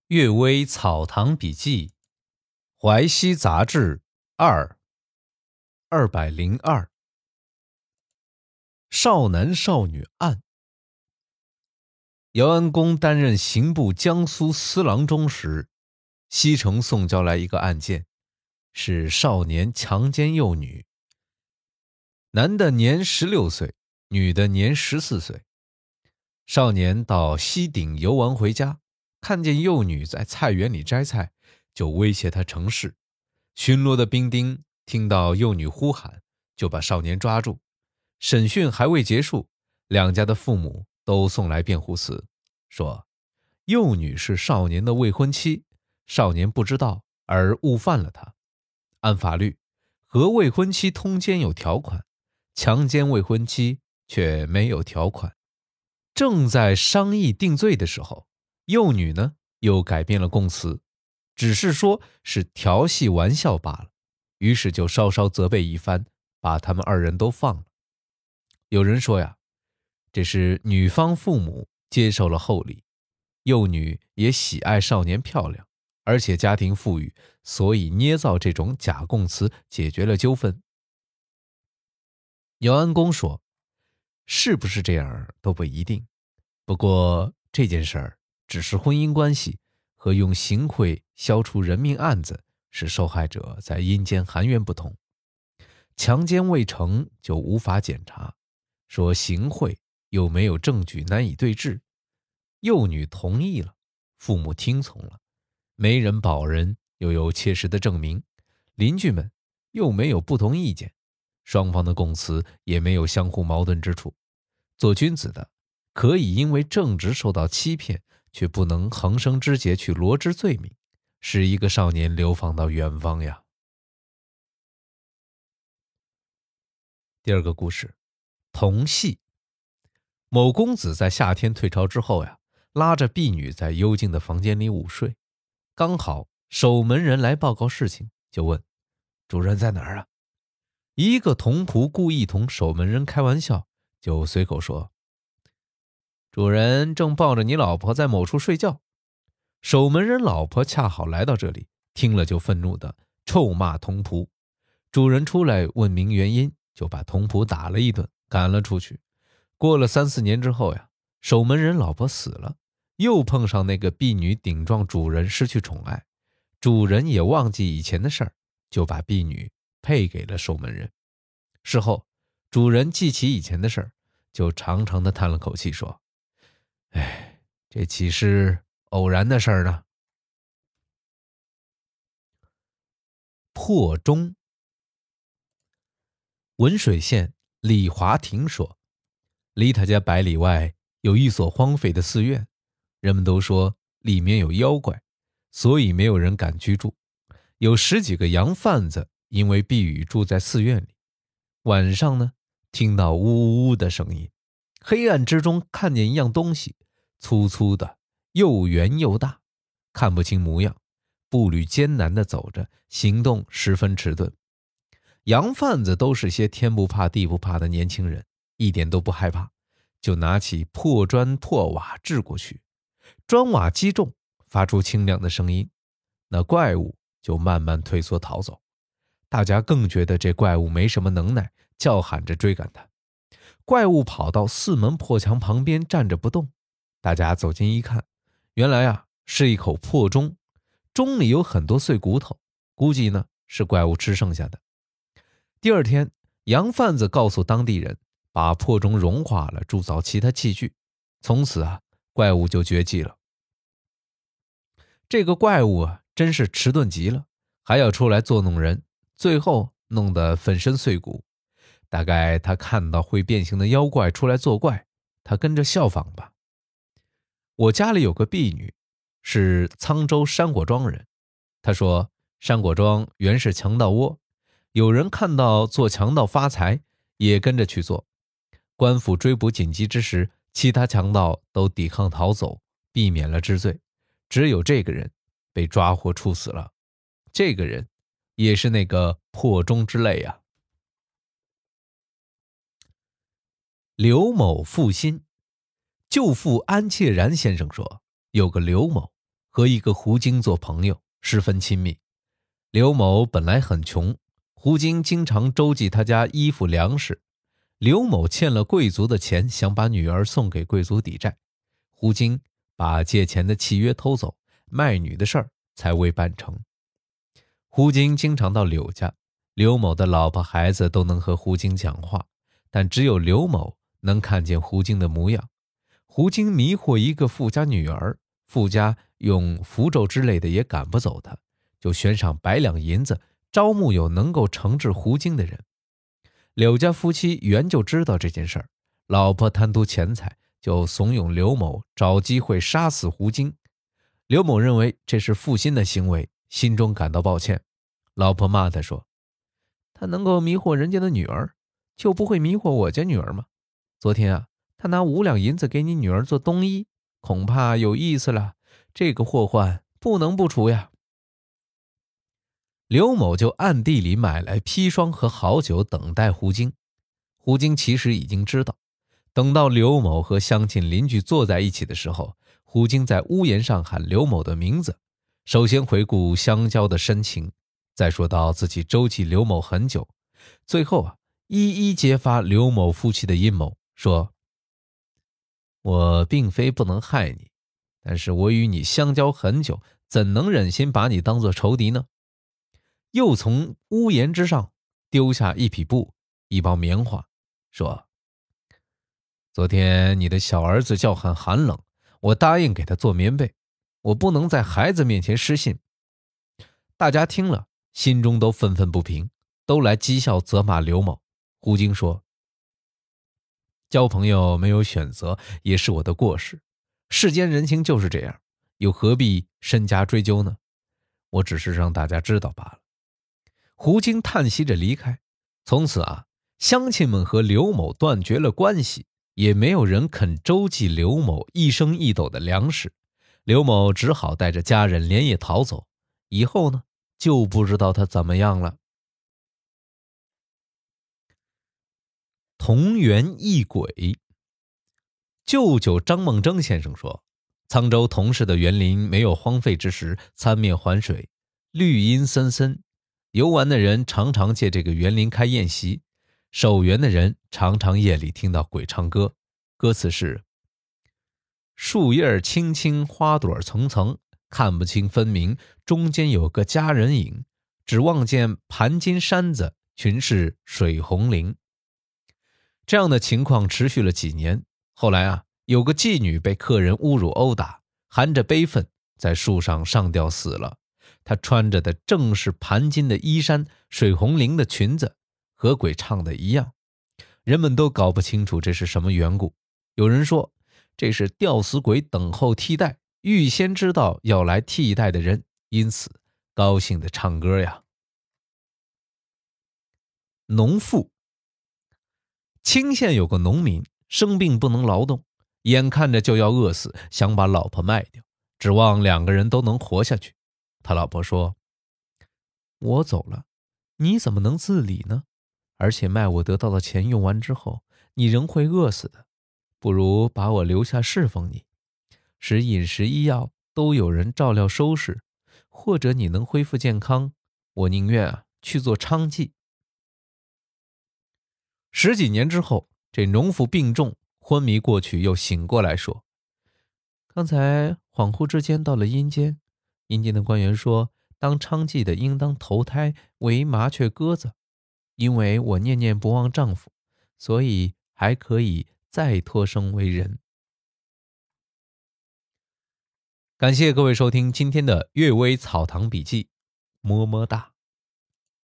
阅微草堂笔记，淮西杂志202，少男少女案。姚安公担任刑部江苏司郎中时，西城送交来一个案件，是少年强奸幼女，男的年16岁，女的年14岁。少年到西顶游玩回家，看见幼女在菜园里摘菜，就威胁她成事。巡逻的兵丁听到幼女呼喊，就把少年抓住。审讯还未结束，两家的父母都送来辩护词，说幼女是少年的未婚妻，少年不知道而误犯了她。按法律，和未婚妻通奸有条款，强奸未婚妻却没有条款。正在商议定罪的时候，幼女呢又改变了供词，只是说是调戏玩笑罢了，于是就稍稍责备一番，把他们二人都放了。有人说呀，这是女方父母接受了厚礼，幼女也喜爱少年漂亮，而且家庭富裕，所以捏造这种假供词解决了纠纷。姚安公说，是不是这样都不一定，不过这件事儿只是婚姻关系，和用行贿消除人命案子使受害者在阴间含冤不同。强奸未成就无法检查，说行贿又没有证据难以对质。幼女同意了，父母听从了，没人保人，又有切实的证明，邻居们又没有不同意见，双方的供词也没有相互矛盾之处。做君子的可以因为正直受到欺骗，却不能横生枝节去罗织罪名，使一个少年流放到远方呀。第二个故事，童戏。某公子在夏天退朝之后呀，拉着婢女在幽静的房间里午睡，刚好守门人来报告事情，就问主人在哪儿啊？一个童仆故意同守门人开玩笑，就随口说，主人正抱着你老婆在某处睡觉。守门人老婆恰好来到这里，听了就愤怒的臭骂童仆。主人出来问明原因，就把童仆打了一顿，赶了出去。过了3、4年之后呀，守门人老婆死了，又碰上那个婢女顶撞主人，失去宠爱，主人也忘记以前的事儿，就把婢女配给了守门人。事后主人记起以前的事儿，就长长的叹了口气说，哎，这岂是偶然的事儿呢？破钟。文水县李华亭说，离他家100里外有一所荒废的寺院，人们都说里面有妖怪，所以没有人敢居住。有10几个洋贩子因为避雨住在寺院里，晚上呢，听到呜呜呜的声音，黑暗之中看见一样东西，粗粗的，又圆又大，看不清模样，步履艰难地走着，行动十分迟钝。洋贩子都是些天不怕地不怕的年轻人，一点都不害怕，就拿起破砖破瓦掷过去，砖瓦击中，发出清亮的声音，那怪物就慢慢退缩逃走。大家更觉得这怪物没什么能耐，叫喊着追赶他。怪物跑到寺门破墙旁边站着不动，大家走近一看，原来啊是一口破钟，钟里有很多碎骨头，估计呢是怪物吃剩下的。第二天，洋贩子告诉当地人，把破钟融化了，铸造其他器具。从此啊，怪物就绝迹了。这个怪物啊，真是迟钝极了，还要出来作弄人，最后弄得粉身碎骨。大概他看到会变形的妖怪出来作怪，他跟着效仿吧。我家里有个婢女，是沧州山果庄人。她说，山果庄原是强盗窝，有人看到做强盗发财，也跟着去做。官府追捕紧急之时，其他强盗都抵抗逃走，避免了治罪，只有这个人被抓获处死了。这个人也是那个破钟之类啊。刘某负心。舅父安切然先生说，有个刘某和一个胡经做朋友，十分亲密。刘某本来很穷，胡经经常周济他家衣服粮食。刘某欠了贵族的钱，想把女儿送给贵族抵债，胡经把借钱的契约偷走，卖女的事儿才未办成。胡经经常到柳家，刘某的老婆孩子都能和胡经讲话，但只有刘某能看见胡经的模样。胡经迷惑一个富家女儿，富家用符咒之类的也赶不走他，就悬赏100两银子招募有能够惩治胡经的人。柳家夫妻原就知道这件事儿，老婆贪图钱财，就怂恿刘某找机会杀死胡经。刘某认为这是负心的行为，心中感到抱歉。老婆骂他说：“他能够迷惑人家的女儿，就不会迷惑我家女儿吗？昨天啊，他拿5两银子给你女儿做冬衣，恐怕有意思了，这个祸患不能不除呀。”刘某就暗地里买来砒霜和好酒等待胡经。胡经其实已经知道，等到刘某和乡亲邻居坐在一起的时候，胡经在屋檐上喊刘某的名字，首先回顾相交的深情，再说到自己周济刘某很久，最后一一揭发刘某夫妻的阴谋，说：“我并非不能害你，但是我与你相交很久，怎能忍心把你当作仇敌呢？”又从屋檐之上丢下一匹布、一包棉花，说：“昨天你的小儿子叫喊寒冷，我答应给他做棉被，我不能在孩子面前失信。”大家听了，心中都愤愤不平，都来讥笑责骂刘某。胡经说：“交朋友没有选择，也是我的过失。世间人情就是这样，又何必身家追究呢？我只是让大家知道罢了。”胡经叹息着离开。从此乡亲们和刘某断绝了关系，也没有人肯周济刘某一升一斗的粮食。刘某只好带着家人连夜逃走，以后呢，就不知道他怎么样了。同源异轨。舅舅张梦征先生说，沧州同市的园林没有荒废之时，三面环水，绿荫森森。游玩的人常常借这个园林开宴席，守园的人常常夜里听到鬼唱歌，歌词是：树叶青青，花朵层层，看不清分明，中间有个佳人影，只望见盘金山子，群是水红绫。这样的情况持续了几年，后来有个妓女被客人侮辱殴打，含着悲愤在树上上吊死了。她穿着的正是盘金的衣衫，水红绫的裙子，和鬼唱的一样。人们都搞不清楚这是什么缘故。有人说这是吊死鬼等候替代，预先知道要来替代的人，因此高兴地唱歌呀。农妇。清县有个农民生病不能劳动，眼看着就要饿死，想把老婆卖掉，指望2个人都能活下去。他老婆说：“我走了，你怎么能自理呢？而且卖我得到的钱用完之后，你仍会饿死的。不如把我留下侍奉你，使饮食医药都有人照料收拾，或者你能恢复健康，我宁愿去做娼妓。”10几年之后，这农妇病重，昏迷过去，又醒过来说：“刚才恍惚之间到了阴间，阴间的官员说，当娼妓的应当投胎为麻雀鸽子，因为我念念不忘丈夫，所以还可以再托生为人。”感谢各位收听今天的阅微草堂笔记，么么哒。